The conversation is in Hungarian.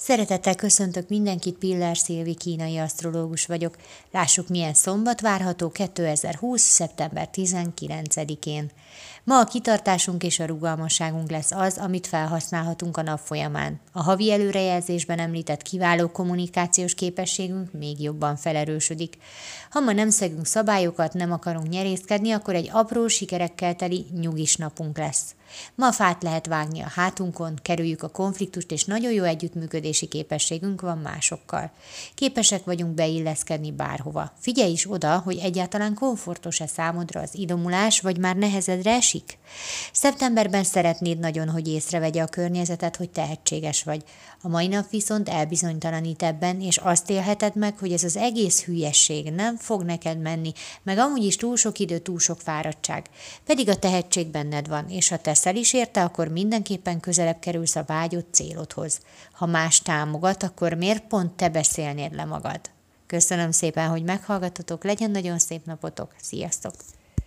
Szeretettel köszöntök mindenkit, Piller Szilvi kínai asztrológus vagyok. Lássuk, milyen szombat várható 2020. szeptember 19-én. Ma a kitartásunk és a rugalmasságunk lesz az, amit felhasználhatunk a nap folyamán. A havi előrejelzésben említett kiváló kommunikációs képességünk még jobban felerősödik. Ha ma nem szegünk szabályokat, nem akarunk nyerészkedni, akkor egy apró sikerekkel teli nyugis napunk lesz. Ma fát lehet vágni a hátunkon, kerüljük a konfliktust, és nagyon jó együttműködési képességünk van másokkal. Képesek vagyunk beilleszkedni bárhova. Figyelj is oda, hogy egyáltalán komfortos-e számodra az idomulás, vagy már nehezedre esik. Szeptemberben szeretnéd nagyon, hogy észrevegye a környezetet, hogy tehetséges vagy. A mai nap viszont elbizonytalanít ebben, és azt élheted meg, hogy ez az egész hülyesség nem fog neked menni, meg amúgy is túl sok idő, túl sok fáradtság. Pedig a tehetség benned van, és ha teszel is érte, akkor mindenképpen közelebb kerülsz a vágyott célodhoz. Ha más támogat, akkor miért pont te beszélnéd le magad? Köszönöm szépen, hogy meghallgattatok, legyen nagyon szép napotok, sziasztok!